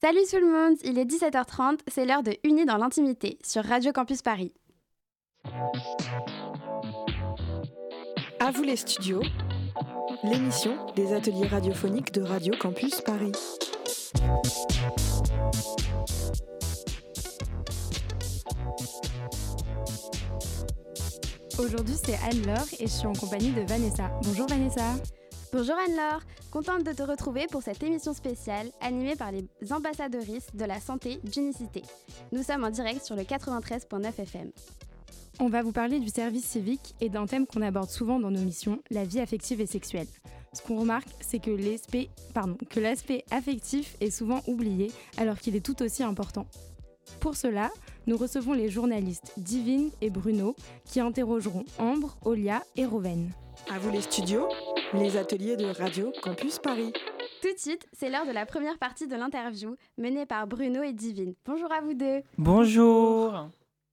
Salut tout le monde, il est 17h30, c'est l'heure de Unis dans l'intimité sur Radio Campus Paris. À vous les studios, l'émission des ateliers radiophoniques de Radio Campus Paris. Aujourd'hui, c'est Anne-Laure et je suis en compagnie de Vanessa. Bonjour Vanessa. Bonjour Anne-Laure, contente de te retrouver pour cette émission spéciale animée par les ambassadeuristes de la santé d'Unicité. Nous sommes en direct sur le 93.9 FM. On va vous parler du service civique et d'un thème qu'on aborde souvent dans nos missions, la vie affective et sexuelle. Ce qu'on remarque, c'est que l'aspect affectif est souvent oublié alors qu'il est tout aussi important. Pour cela, nous recevons les journalistes Divine et Bruno qui interrogeront Ambre, Olia et Roven. À vous les studios, les ateliers de Radio Campus Paris. Tout de suite, c'est l'heure de la première partie de l'interview menée par Bruno et Divine. Bonjour à vous deux. Bonjour.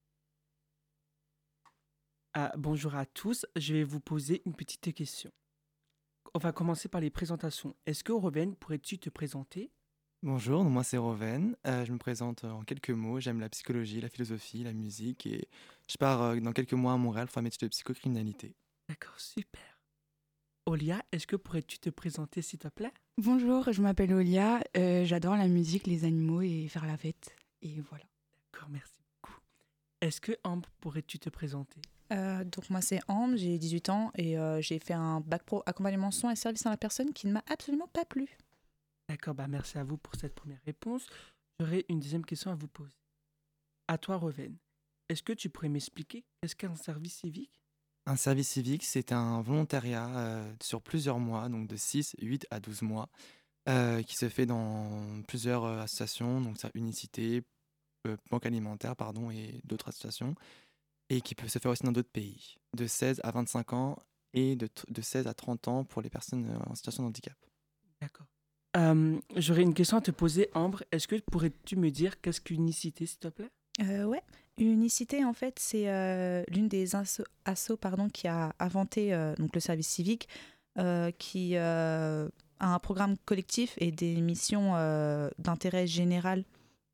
Bonjour à tous, je vais vous poser une petite question. On va commencer par les présentations. Est-ce que Roven, pourrais-tu te présenter ? Bonjour, moi c'est Roven. Je me présente en quelques mots. J'aime la psychologie, la philosophie, la musique et je pars dans quelques mois à Montréal pour faire un métier de psychocriminalité. D'accord, super. Olia, est-ce que pourrais-tu te présenter s'il te plaît ? Bonjour, je m'appelle Olia. J'adore la musique, les animaux et faire la fête. Et voilà. D'accord, merci beaucoup. Est-ce que Ambre, pourrais-tu te présenter ? Donc moi c'est Ambre, j'ai 18 ans et j'ai fait un bac pro accompagnement soins et services à la personne qui ne m'a absolument pas plu. D'accord, merci à vous pour cette première réponse. J'aurais une deuxième question à vous poser. À toi, Roven, est-ce que tu pourrais m'expliquer qu'est-ce qu'un service civique ? Un service civique, c'est un volontariat sur plusieurs mois, donc de 6, 8 à 12 mois, qui se fait dans plusieurs associations, donc ça, Unicité, Banque Alimentaire, et d'autres associations, et qui peut se faire aussi dans d'autres pays, de 16 à 25 ans et de 16 à 30 ans pour les personnes en situation de handicap. D'accord. J'aurais une question à te poser, Ambre. Est-ce que pourrais-tu me dire qu'est-ce qu'Unicité, s'il te plaît ? Ouais, Unicité en fait c'est l'une des assos qui a inventé donc le service civique qui a un programme collectif et des missions d'intérêt général.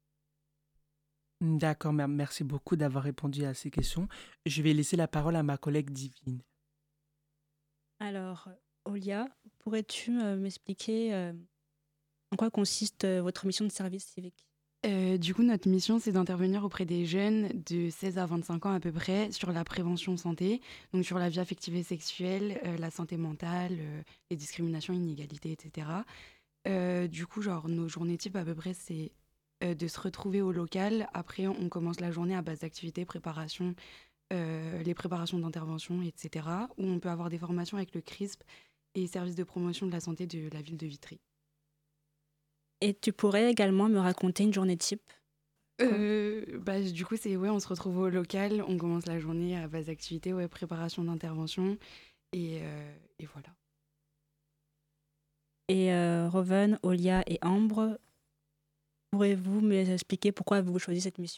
D'accord, merci beaucoup d'avoir répondu à ces questions. Je vais laisser la parole à ma collègue Divine. Alors, Olia, pourrais-tu m'expliquer en quoi consiste votre mission de service civique ? Du coup, notre mission, c'est d'intervenir auprès des jeunes de 16 à 25 ans à peu près sur la prévention santé, donc sur la vie affective et sexuelle, la santé mentale, les discriminations, inégalités, etc. Du coup, nos journées types à peu près, c'est de se retrouver au local. Après, on commence la journée à base d'activités, préparation, les préparations d'intervention, etc. Où on peut avoir des formations avec le CRISP et service de promotion de la santé de la ville de Vitry. Et tu pourrais également me raconter une journée type ? Du coup, on se retrouve au local, on commence la journée à base d'activités, préparation d'intervention, et voilà. Et Roven, Olia et Ambre, pourrez-vous m'expliquer pourquoi avez-vous choisi cette mission ?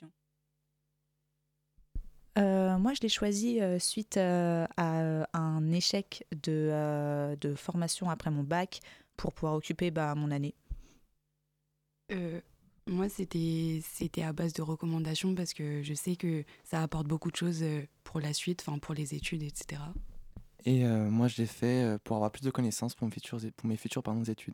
Moi, je l'ai choisi suite à un échec de formation après mon bac pour pouvoir occuper mon année. Moi, c'était à base de recommandations parce que je sais que ça apporte beaucoup de choses pour la suite, pour les études, etc. Et moi, je l'ai fait pour avoir plus de connaissances pour mes futures études.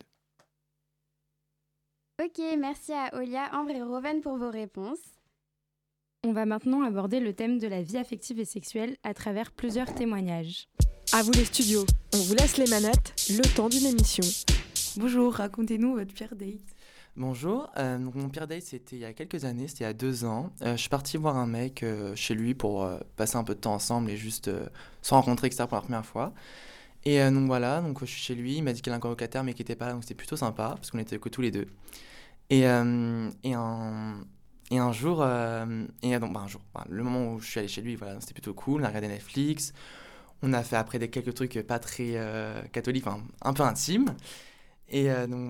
Ok, merci à Olia, Ambre et Roven pour vos réponses. On va maintenant aborder le thème de la vie affective et sexuelle à travers plusieurs témoignages. À vous les studios, on vous laisse les manettes, le temps d'une émission. Bonjour, racontez-nous votre pire date. Bonjour, mon pire date c'était il y a quelques années, c'était il y a 2 ans. Je suis parti voir un mec chez lui pour passer un peu de temps ensemble et juste se rencontrer, etc. pour la première fois. Et donc je suis chez lui, il m'a dit qu'il avait un colocataire mais qu'il n'était pas là, donc c'était plutôt sympa parce qu'on était que tous les deux. Et un jour, le moment où je suis allé chez lui, voilà, c'était plutôt cool, on a regardé Netflix, on a fait après quelques trucs pas très catholiques, un peu intimes. Et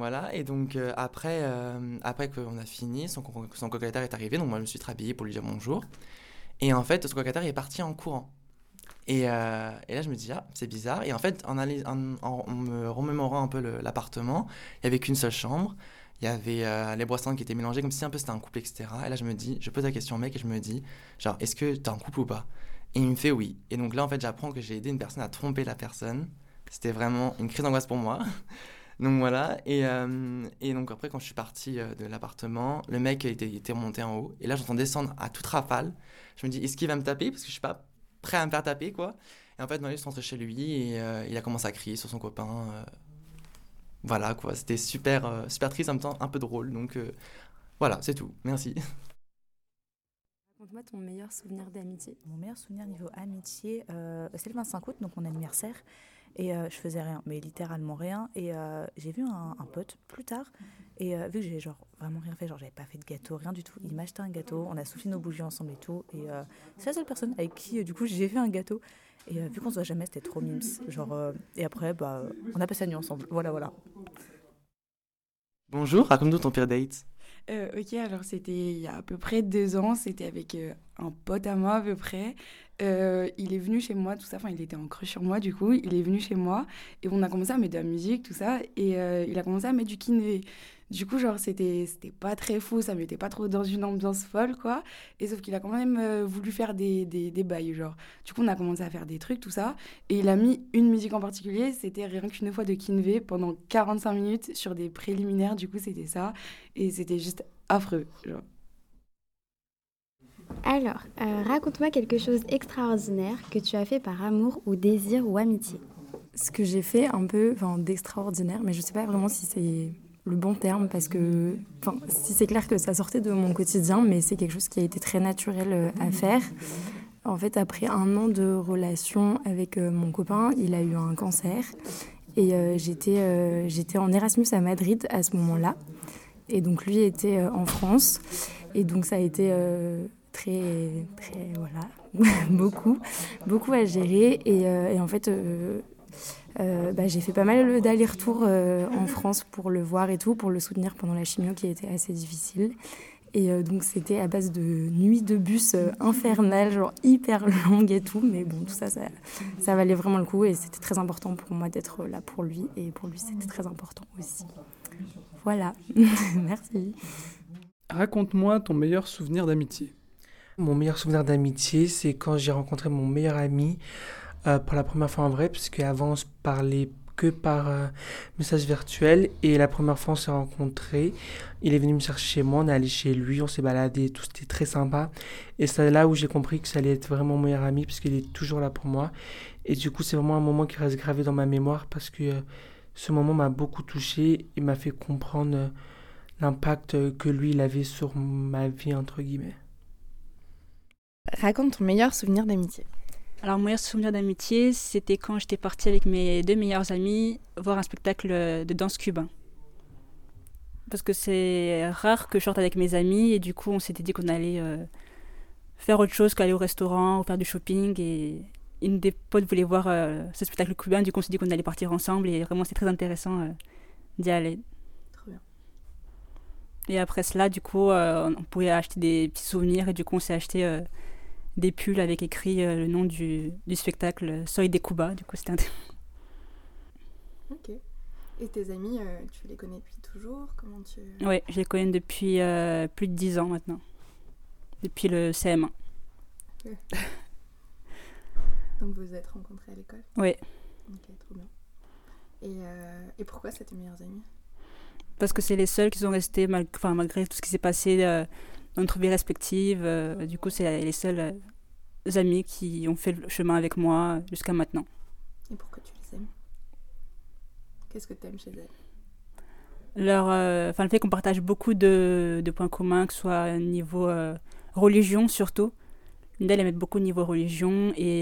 après qu'on a fini, son colocataire est arrivé, donc moi je me suis rhabillé pour lui dire bonjour. Et en fait, son colocataire est parti en courant. Et là je me dis, c'est bizarre. Et en fait, en me remémorant un peu l'appartement, il n'y avait qu'une seule chambre, il il y avait les brossins qui étaient mélangés comme si un peu c'était un couple, etc. Et là, je pose la question au mec et je me dis, genre, est-ce que t'es un couple ou pas? Et il me fait oui. Et donc là, en fait, j'apprends que j'ai aidé une personne à tromper la personne. C'était vraiment une crise d'angoisse pour moi. Donc voilà. Et donc après, quand je suis parti de l'appartement, le mec était remonté en haut. Et là, j'entends descendre à toute rafale. Je me dis, est-ce qu'il va me taper? Parce que je suis pas prêt à me faire taper, quoi. Et en fait, non, il est rentré chez lui et il a commencé à crier sur son copain. Voilà, quoi. C'était super, super triste, en même temps un peu drôle. Donc voilà, c'est tout. Merci. Raconte-moi ton meilleur souvenir d'amitié. Mon meilleur souvenir niveau amitié, c'est le 25 août, donc mon anniversaire. Et je faisais rien, mais littéralement rien. Et j'ai vu un pote plus tard. Et vu que j'ai genre vraiment rien fait, genre j'avais pas fait de gâteau, rien du tout. Il m'a acheté un gâteau, on a soufflé nos bougies ensemble et tout. Et c'est la seule personne avec qui du coup j'ai fait un gâteau. Et vu qu'on se voit jamais, c'était trop mimes. Genre, et après, on a passé la nuit ensemble. Voilà. Bonjour, raconte-nous ton pire date. Ok, alors c'était il y a à peu près 2 ans, c'était avec un pote à moi à peu près. Il est venu chez moi, tout ça, enfin il était en crush sur moi du coup, il est venu chez moi et on a commencé à mettre de la musique, tout ça, et il a commencé à mettre du Kinvé. Du coup, genre c'était pas très fou, ça mettait pas trop dans une ambiance folle quoi, et sauf qu'il a quand même voulu faire des bails, genre. Du coup, on a commencé à faire des trucs, tout ça, et il a mis une musique en particulier, c'était rien qu'une fois de Kinvé pendant 45 minutes sur des préliminaires, du coup c'était ça, et c'était juste affreux, genre. Alors, raconte-moi quelque chose d'extraordinaire que tu as fait par amour ou désir ou amitié. Ce que j'ai fait un peu d'extraordinaire, mais je sais pas vraiment si c'est le bon terme, parce que si c'est clair que ça sortait de mon quotidien, mais c'est quelque chose qui a été très naturel à faire. En fait, après 1 an de relation avec mon copain, il a eu un cancer et j'étais en Erasmus à Madrid à ce moment-là. Et donc lui était en France et donc ça a été très voilà beaucoup à gérer et en fait j'ai fait pas mal d'allers-retours en France pour le voir et tout, pour le soutenir pendant la chimio qui était assez difficile. Et donc c'était à base de nuits de bus infernales, genre hyper longues et tout, mais bon, tout ça valait vraiment le coup et c'était très important pour moi d'être là pour lui et pour lui c'était très important aussi. Voilà, merci. Raconte-moi ton meilleur souvenir d'amitié. Mon meilleur souvenir d'amitié, c'est quand j'ai rencontré mon meilleur ami pour la première fois en vrai, parce qu'avant on se parlait que par message virtuel, et la première fois on s'est rencontrés, il est venu me chercher chez moi, on est allé chez lui, on s'est baladé, tout, c'était très sympa, et c'est là où j'ai compris que ça allait être vraiment mon meilleur ami, parce qu'il est toujours là pour moi, et du coup c'est vraiment un moment qui reste gravé dans ma mémoire, parce que ce moment m'a beaucoup touché et m'a fait comprendre l'impact que lui il avait sur ma vie, entre guillemets. Raconte ton meilleur souvenir d'amitié. Alors, mon meilleur souvenir d'amitié, c'était quand j'étais partie avec mes 2 meilleurs amis voir un spectacle de danse cubain. Parce que c'est rare que je sorte avec mes amis et du coup, on s'était dit qu'on allait faire autre chose qu'aller au restaurant ou faire du shopping. Et une des potes voulait voir ce spectacle cubain, du coup, on s'est dit qu'on allait partir ensemble et vraiment, c'est très intéressant d'y aller. Trop bien. Et après cela, du coup, on pouvait acheter des petits souvenirs et du coup, on s'est acheté des pulls avec écrit le nom du spectacle, Soy de Cuba. Du coup, c'était Ok. Et tes amis, tu les connais depuis toujours? Comment tu... Oui, je les connais depuis plus de 10 ans maintenant. Depuis le CM1. Okay. Donc vous vous êtes rencontrés à l'école? Oui. Ok, trop bien. Et pourquoi c'est tes meilleurs amis? Parce que c'est les seuls qui sont restés malgré tout ce qui s'est passé dans notre vie respective. Du coup, c'est les seuls amis qui ont fait le chemin avec moi jusqu'à maintenant. Et pourquoi tu les aimes? Qu'est-ce que tu aimes chez elles? Le fait qu'on partage beaucoup de points communs, que ce soit niveau religion surtout. L'une d'elles, elles mettent beaucoup niveau religion et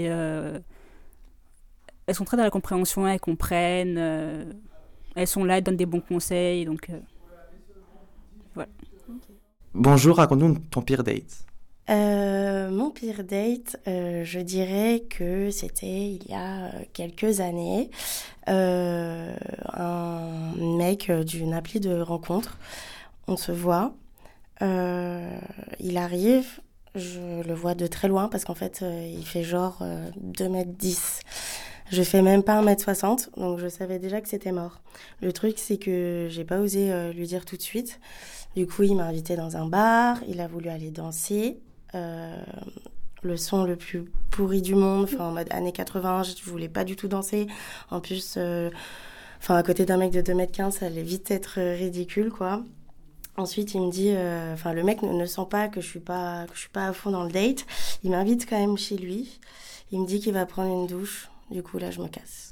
elles sont très dans la compréhension, elles comprennent, elles sont là, elles donnent des bons conseils, donc voilà. Okay. Bonjour, raconte-nous ton pire date. Mon pire date, je dirais que c'était il y a quelques années. Un mec d'une appli de rencontre, on se voit. Il arrive, je le vois de très loin parce qu'en fait, il fait genre 2,10 m. Je fais même pas 1m60, donc je savais déjà que c'était mort. Le truc, c'est que j'ai pas osé lui dire tout de suite. Du coup, il m'a invité dans un bar, il a voulu aller danser. Le son le plus pourri du monde, en mode années 80, je voulais pas du tout danser. En plus, à côté d'un mec de 2m15, ça allait vite être ridicule, quoi. Ensuite, il me dit, le mec ne sent pas que je suis pas à fond dans le date. Il m'invite quand même chez lui. Il me dit qu'il va prendre une douche. Du coup, là, je me casse.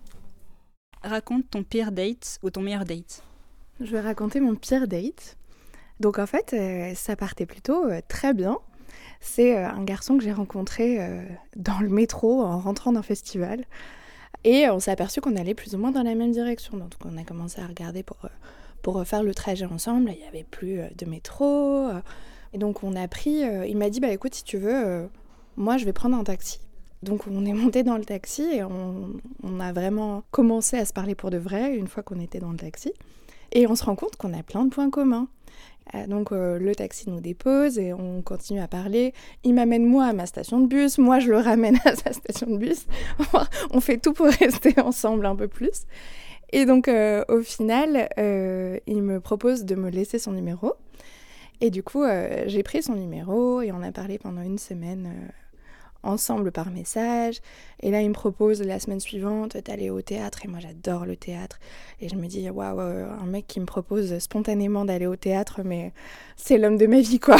Raconte ton pire date ou ton meilleur date. Je vais raconter mon pire date. Donc en fait, ça partait plutôt très bien. C'est un garçon que j'ai rencontré dans le métro en rentrant d'un festival. Et on s'est aperçu qu'on allait plus ou moins dans la même direction. Donc on a commencé à regarder pour faire le trajet ensemble. Il n'y avait plus de métro. Et donc on a pris... il m'a dit, écoute, si tu veux, moi je vais prendre un taxi. Donc on est monté dans le taxi et on a vraiment commencé à se parler pour de vrai une fois qu'on était dans le taxi. Et on se rend compte qu'on a plein de points communs. Donc le taxi nous dépose et on continue à parler. Il m'amène moi à ma station de bus, moi je le ramène à sa station de bus. On fait tout pour rester ensemble un peu plus. Et donc au final, il me propose de me laisser son numéro. Et du coup, j'ai pris son numéro et on a parlé pendant une semaine ensemble par message. Et là, il me propose la semaine suivante d'aller au théâtre. Et moi, j'adore le théâtre. Et je me dis, waouh, un mec qui me propose spontanément d'aller au théâtre, mais c'est l'homme de ma vie, quoi.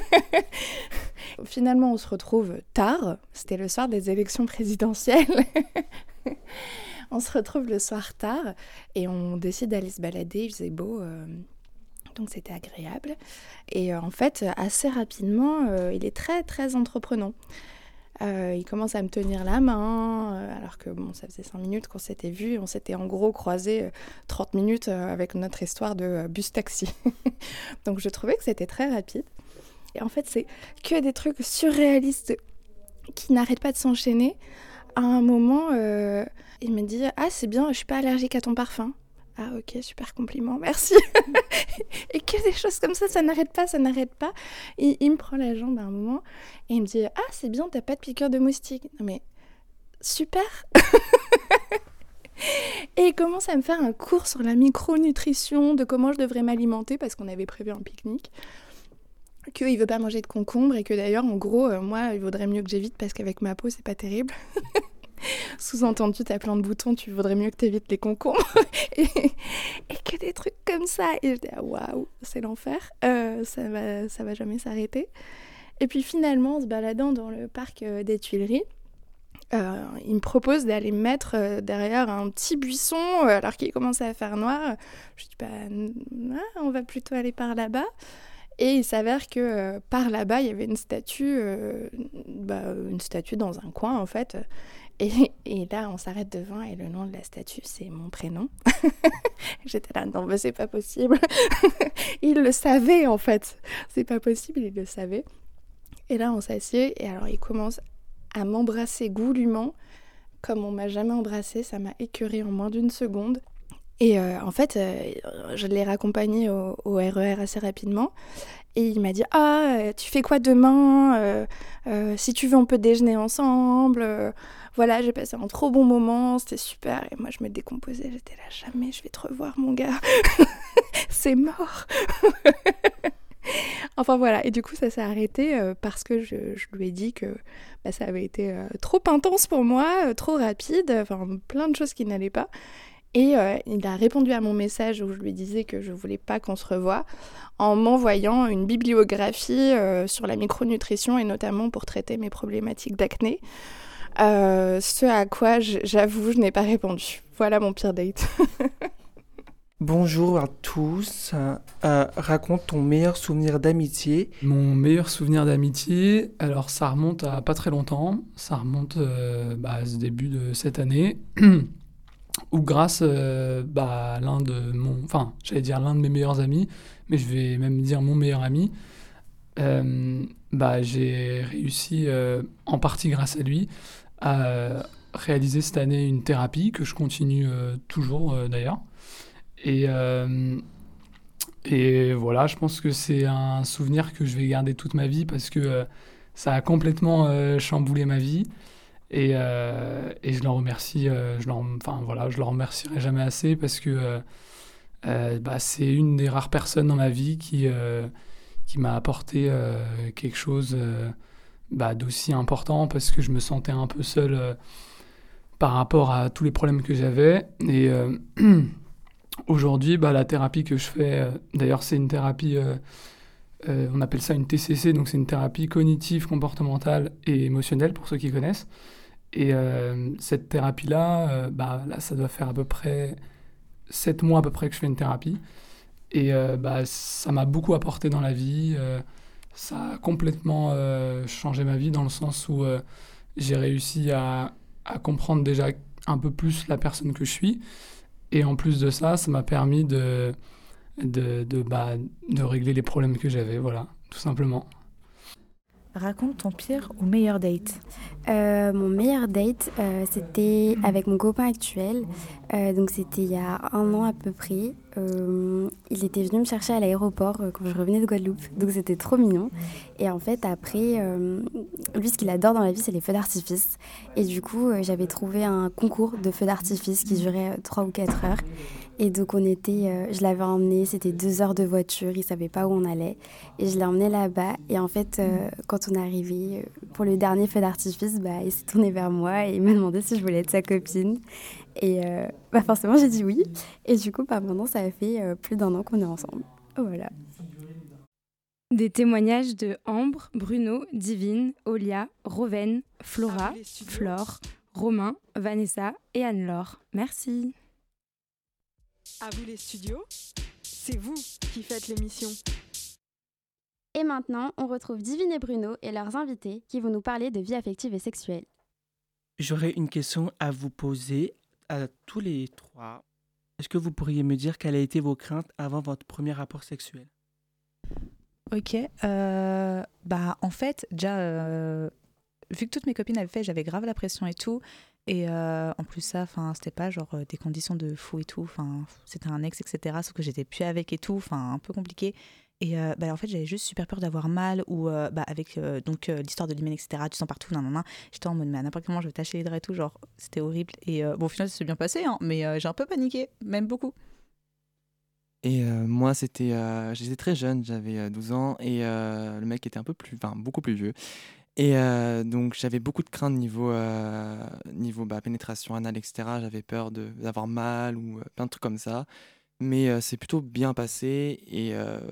Finalement, on se retrouve tard. C'était le soir des élections présidentielles. On se retrouve le soir tard et on décide d'aller se balader. Il faisait beau, donc c'était agréable. Et en fait, assez rapidement, il est très, très entreprenant. Il commence à me tenir la main, alors que ça faisait 5 minutes qu'on s'était vus. On s'était en gros croisés 30 minutes avec notre histoire de bus-taxi. Donc je trouvais que c'était très rapide. Et en fait, c'est que des trucs surréalistes qui n'arrêtent pas de s'enchaîner. À un moment, il me dit « Ah, c'est bien, je suis pas allergique à ton parfum. » Ah ok, super compliment, merci. Et que des choses comme ça n'arrête pas. Il me prend la jambe à un moment et il me dit « Ah, c'est bien, t'as pas de piqûre de moustique. » Non mais, super. Et il commence à me faire un cours sur la micronutrition, de comment je devrais m'alimenter, parce qu'on avait prévu un pique-nique, qu'il veut pas manger de concombre et que d'ailleurs, en gros, moi, il vaudrait mieux que j'évite parce qu'avec ma peau, c'est pas terrible. Sous-entendu, t'as plein de boutons, tu vaudrais mieux que t'évites les concombres. et que des trucs comme ça. Et je dis, waouh, c'est l'enfer. Ça va jamais s'arrêter. Et puis finalement, en se baladant dans le parc des Tuileries, il me propose d'aller me mettre derrière un petit buisson alors qu'il commençait à faire noir. Je dis, on va plutôt aller par là-bas. Et il s'avère que par là-bas, il y avait une statue dans un coin, en fait. Et là, on s'arrête devant et le nom de la statue, c'est mon prénom. J'étais là, non, mais c'est pas possible. Il le savait, en fait. C'est pas possible, il le savait. Et là, on s'assied et alors il commence à m'embrasser goulûment, comme on m'a jamais embrassée. Ça m'a écœurée en moins d'une seconde. Et en fait, je l'ai raccompagné au RER assez rapidement. Et il m'a dit « Ah, tu fais quoi demain ? Si tu veux, on peut déjeuner ensemble. Voilà, j'ai passé un trop bon moment, c'était super. » Et moi, je me décomposais. J'étais là « Jamais je vais te revoir, mon gars. C'est mort. » Enfin voilà, et du coup ça s'est arrêté parce que je lui ai dit que ça avait été trop intense pour moi, trop rapide, enfin plein de choses qui n'allaient pas. Et il a répondu à mon message où je lui disais que je voulais pas qu'on se revoie en m'envoyant une bibliographie sur la micronutrition et notamment pour traiter mes problématiques d'acné. Ce à quoi j'avoue je n'ai pas répondu. Voilà mon pire date. Bonjour à tous. Raconte ton meilleur souvenir d'amitié. Mon meilleur souvenir d'amitié, alors ça remonte à pas très longtemps. Ça remonte à ce début de cette année. Où grâce à l'un de mes meilleurs amis, mais je vais même dire mon meilleur ami, j'ai réussi, en partie grâce à lui, à réaliser cette année une thérapie que je continue toujours d'ailleurs. Et voilà, je pense que c'est un souvenir que je vais garder toute ma vie parce que ça a complètement chamboulé ma vie. Et je leur remercie, je leur remercierai jamais assez parce que c'est une des rares personnes dans ma vie qui m'a apporté quelque chose d'aussi important parce que je me sentais un peu seul par rapport à tous les problèmes que j'avais. Et aujourd'hui, la thérapie que je fais, d'ailleurs c'est une thérapie, on appelle ça une TCC, donc c'est une thérapie cognitive, comportementale et émotionnelle pour ceux qui connaissent. Et cette thérapie-là, là, ça doit faire à peu près 7 mois à peu près que je fais une thérapie. Et ça m'a beaucoup apporté dans la vie. Ça a complètement changé ma vie dans le sens où j'ai réussi à comprendre déjà un peu plus la personne que je suis. Et en plus de ça, ça m'a permis de régler les problèmes que j'avais, voilà, tout simplement. Raconte ton pire ou meilleur date. Mon meilleur date, c'était avec mon copain actuel. Donc c'était il y a 1 an à peu près. Il était venu me chercher à l'aéroport quand je revenais de Guadeloupe. Donc c'était trop mignon. Et en fait après, lui ce qu'il adore dans la vie c'est les feux d'artifice. Et du coup j'avais trouvé un concours de feux d'artifice qui durait 3 ou 4 heures. Et donc je l'avais emmené, c'était 2 heures de voiture, il savait pas où on allait. Et je l'ai emmené là-bas. Et en fait, quand on est arrivé pour le dernier feu d'artifice, il s'est tourné vers moi et il m'a demandé si je voulais être sa copine. Et forcément, j'ai dit oui. Et du coup, maintenant, ça fait plus d'1 an qu'on est ensemble. Voilà. Des témoignages de Ambre, Bruno, Divine, Olia, Roven, Flora, Flore, Romain, Vanessa et Anne-Laure. Merci. À vous les studios, c'est vous qui faites l'émission. Et maintenant, on retrouve Divine et Bruno et leurs invités qui vont nous parler de vie affective et sexuelle. J'aurais une question à vous poser à tous les 3. Est-ce que vous pourriez me dire quelles étaient vos craintes avant votre premier rapport sexuel ? Ok, en fait, déjà, vu que toutes mes copines avaient fait, j'avais grave la pression et tout. Et en plus ça, c'était pas genre des conditions de fou et tout. C'était un ex, etc. Sauf que j'étais plus avec et tout. Un peu compliqué. Et en fait, j'avais juste super peur d'avoir mal ou avec l'histoire de l'hymen, etc. Tu sens partout, J'étais en mode, mais à n'importe quel moment, je vais tâcher les draps et tout. Genre, c'était horrible. Et au final, ça s'est bien passé, mais j'ai un peu paniqué, même beaucoup. Et moi, j'étais très jeune, j'avais 12 ans. Et le mec était beaucoup plus vieux. Et donc j'avais beaucoup de craintes niveau pénétration anale, etc. J'avais peur d'avoir mal ou plein de trucs comme ça. Mais c'est plutôt bien passé et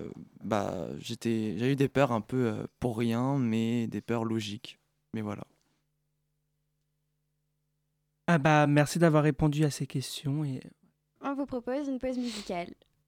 j'ai eu des peurs un peu pour rien, mais des peurs logiques. Mais voilà. Merci d'avoir répondu à ces questions. Et... On vous propose une pause musicale.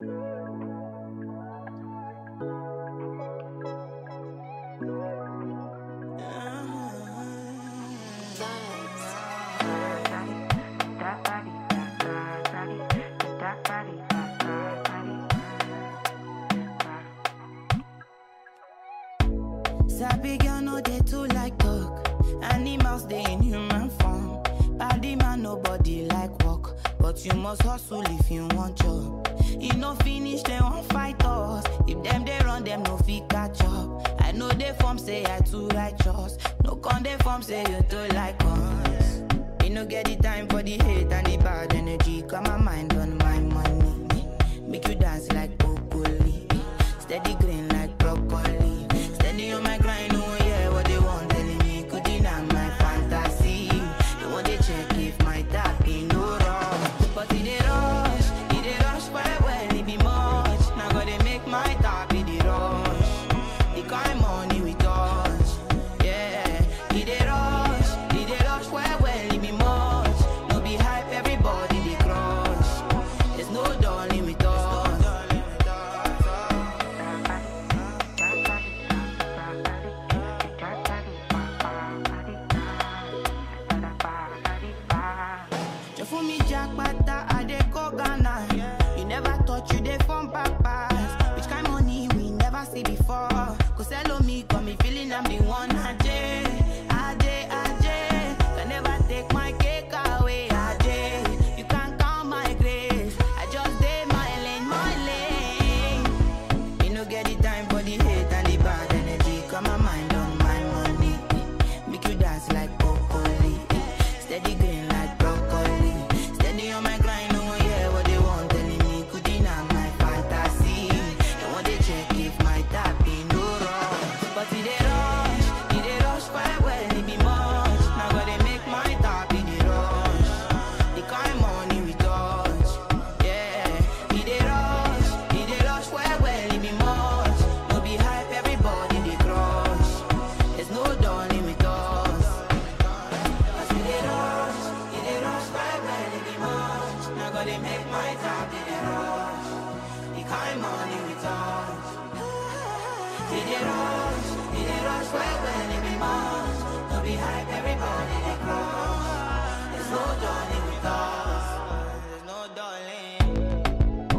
Sabi girl no dey too like talk. Animals dey in human form. Body man nobody like work, but you must hustle if you want job. You no finish they won't fight us. If them they run them no fit catch up. I know they form say I too righteous. No con they form say you too like us. You no get the time for the hate and the bad energy. Got my mind on my money. Make you dance like broccoli. Steady green like broccoli. Steady on my grind, oh yeah, what they want telling me could deny my fantasy. They want to check if my tap ain't no wrong. But it dey rush well, it be much. Now gotta make my tap it dey rush. The kind money we touch, yeah. It dey rush well, it be much. No be hype, everybody dey crush. There's no darling with us. You for me jackpata, I dey go Ghana. You never thought you dey from papas. Which kind money we never see before? Cause hello me, got me feeling I'm the one. Ajay. Can never take my cake away. Ajay. You can't count my grace. I just did my lane. You no get the time for the hate and the bad energy. Got my mind on my money. Make you dance like broccoli. It dey rush when it be much. Don't be hype, everybody they crush. There's no darling with us. There's no darling.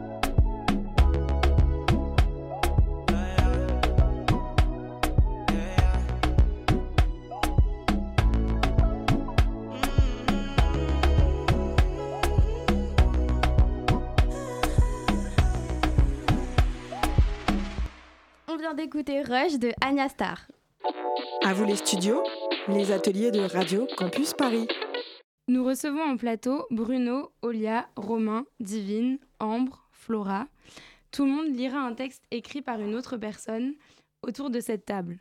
On vient d'écouter Rush de Anya Star. À vous les studios, les ateliers de Radio Campus Paris. Nous recevons en plateau Bruno, Olia, Romain, Divine, Ambre, Flora. Tout le monde lira un texte écrit par une autre personne autour de cette table.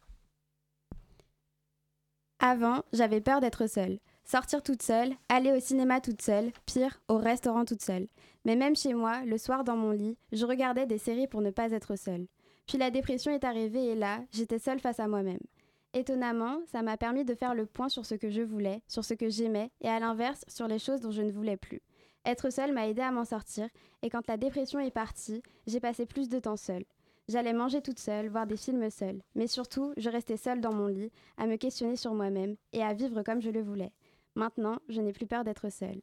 Avant, j'avais peur d'être seule. Sortir toute seule, aller au cinéma toute seule, pire, au restaurant toute seule. Mais même chez moi, le soir dans mon lit, je regardais des séries pour ne pas être seule. Puis la dépression est arrivée et là, j'étais seule face à moi-même. Étonnamment, ça m'a permis de faire le point sur ce que je voulais, sur ce que j'aimais, et à l'inverse, sur les choses dont je ne voulais plus. Être seule m'a aidée à m'en sortir, et quand la dépression est partie, j'ai passé plus de temps seule. J'allais manger toute seule, voir des films seule, mais surtout, je restais seule dans mon lit, à me questionner sur moi-même, et à vivre comme je le voulais. Maintenant, je n'ai plus peur d'être seule.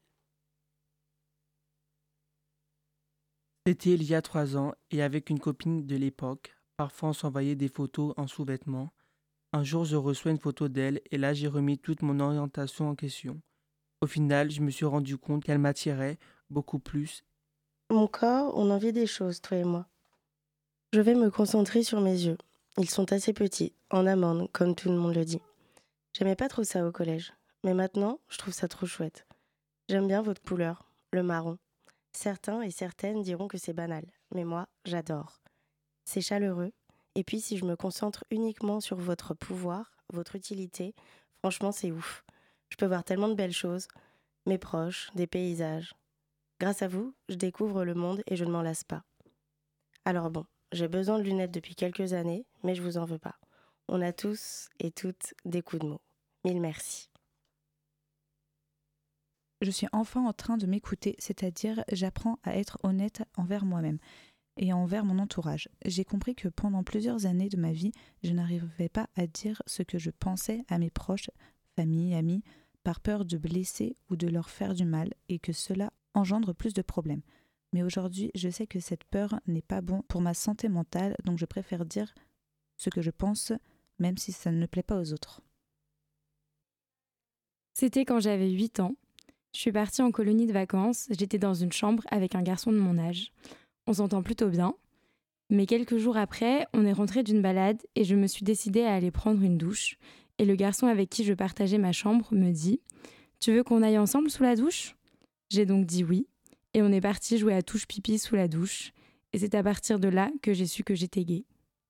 C'était il y a 3 ans, et avec une copine de l'époque, parfois on s'envoyait des photos en sous-vêtements. Un jour, je reçois une photo d'elle, et là j'ai remis toute mon orientation en question. Au final, je me suis rendu compte qu'elle m'attirait beaucoup plus. Mon corps, on envie des choses, toi et moi. Je vais me concentrer sur mes yeux. Ils sont assez petits, en amande, comme tout le monde le dit. J'aimais pas trop ça au collège, mais maintenant, je trouve ça trop chouette. J'aime bien votre couleur, le marron. Certains et certaines diront que c'est banal, mais moi, j'adore. C'est chaleureux, et puis si je me concentre uniquement sur votre pouvoir, votre utilité, franchement, c'est ouf. Je peux voir tellement de belles choses, mes proches, des paysages. Grâce à vous, je découvre le monde et je ne m'en lasse pas. Alors bon, j'ai besoin de lunettes depuis quelques années, mais je vous en veux pas. On a tous et toutes des coups de mots. Mille merci. Je suis enfin en train de m'écouter, c'est-à-dire j'apprends à être honnête envers moi-même et envers mon entourage. J'ai compris que pendant plusieurs années de ma vie, je n'arrivais pas à dire ce que je pensais à mes proches, famille, amis, par peur de blesser ou de leur faire du mal et que cela engendre plus de problèmes. Mais aujourd'hui, je sais que cette peur n'est pas bon pour ma santé mentale, donc je préfère dire ce que je pense, même si ça ne plaît pas aux autres. C'était quand j'avais 8 ans. Je suis partie en colonie de vacances, j'étais dans une chambre avec un garçon de mon âge. On s'entend plutôt bien, mais quelques jours après, on est rentré d'une balade et je me suis décidée à aller prendre une douche. Et le garçon avec qui je partageais ma chambre me dit « Tu veux qu'on aille ensemble sous la douche ?» J'ai donc dit oui, et on est parti jouer à touche pipi sous la douche. Et c'est à partir de là que j'ai su que j'étais gay.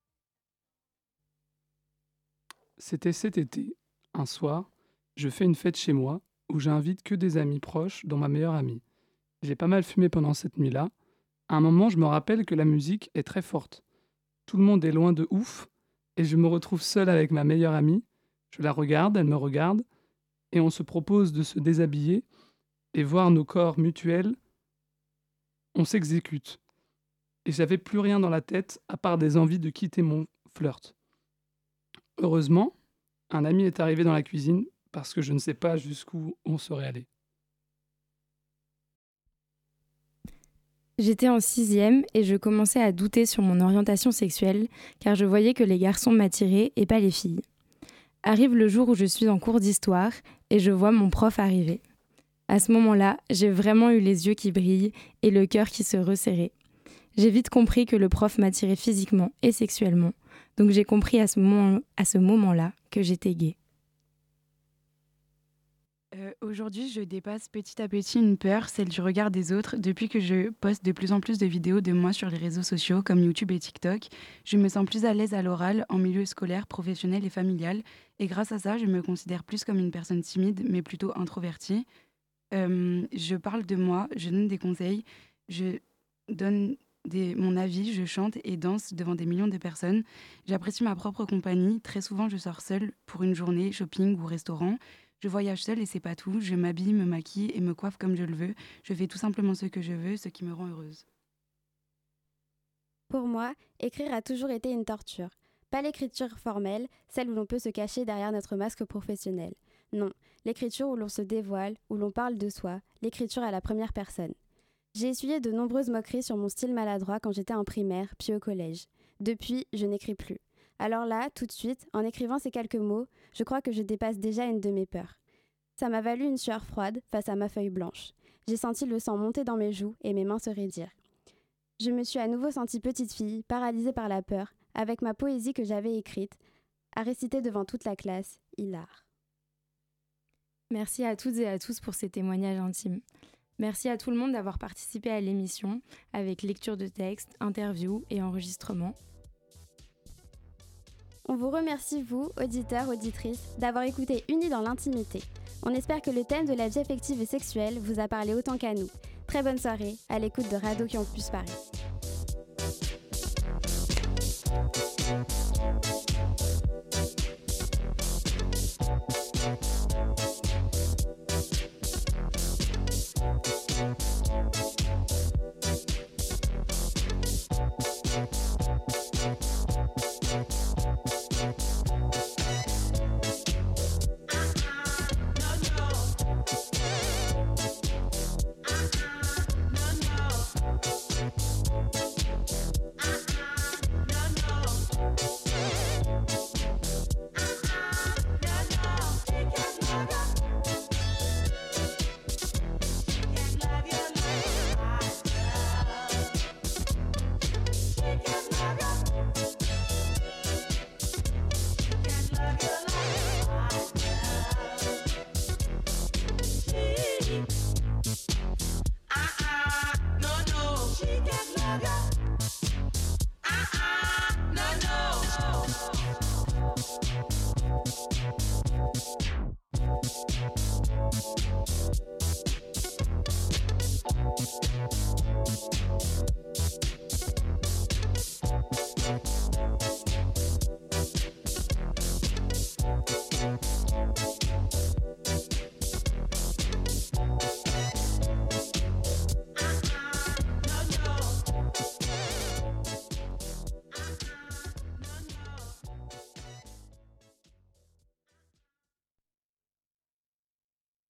C'était cet été, un soir, je fais une fête chez moi où j'invite que des amis proches, dont ma meilleure amie. J'ai pas mal fumé pendant cette nuit-là. À un moment, je me rappelle que la musique est très forte. Tout le monde est loin de ouf, et je me retrouve seule avec ma meilleure amie. Je la regarde, elle me regarde, et on se propose de se déshabiller et voir nos corps mutuels. On s'exécute. Et j'avais plus rien dans la tête à part des envies de quitter mon flirt. Heureusement, un ami est arrivé dans la cuisine parce que je ne sais pas jusqu'où on serait allé. J'étais en 6e et je commençais à douter sur mon orientation sexuelle car je voyais que les garçons m'attiraient et pas les filles. Arrive le jour où je suis en cours d'histoire et je vois mon prof arriver. À ce moment-là, j'ai vraiment eu les yeux qui brillent et le cœur qui se resserrait. J'ai vite compris que le prof m'attirait physiquement et sexuellement, donc j'ai compris à ce moment-là que j'étais gay. Aujourd'hui, je dépasse petit à petit une peur, celle du regard des autres. Depuis que je poste de plus en plus de vidéos de moi sur les réseaux sociaux comme YouTube et TikTok, je me sens plus à l'aise à l'oral, en milieu scolaire, professionnel et familial. Et grâce à ça, je me considère plus comme une personne timide, mais plutôt introvertie. Je parle de moi, je donne des conseils, je donne mon avis, je chante et danse devant des millions de personnes. J'apprécie ma propre compagnie. Très souvent, je sors seule pour une journée, shopping ou restaurant. Je voyage seule et c'est pas tout. Je m'habille, me maquille et me coiffe comme je le veux. Je fais tout simplement ce que je veux, ce qui me rend heureuse. Pour moi, écrire a toujours été une torture. Pas l'écriture formelle, celle où l'on peut se cacher derrière notre masque professionnel. Non, l'écriture où l'on se dévoile, où l'on parle de soi, l'écriture à la première personne. J'ai essuyé de nombreuses moqueries sur mon style maladroit quand j'étais en primaire, puis au collège. Depuis, je n'écris plus. Alors là, tout de suite, en écrivant ces quelques mots, je crois que je dépasse déjà une de mes peurs. Ça m'a valu une sueur froide face à ma feuille blanche. J'ai senti le sang monter dans mes joues et mes mains se raidir. Je me suis à nouveau sentie petite fille, paralysée par la peur, avec ma poésie que j'avais écrite, à réciter devant toute la classe, hilar. Merci à toutes et à tous pour ces témoignages intimes. Merci à tout le monde d'avoir participé à l'émission, avec lecture de textes, interviews et enregistrements. On vous remercie, vous, auditeurs, auditrices, d'avoir écouté Unis dans l'intimité. On espère que le thème de la vie affective et sexuelle vous a parlé autant qu'à nous. Très bonne soirée, à l'écoute de Radio Campus Paris.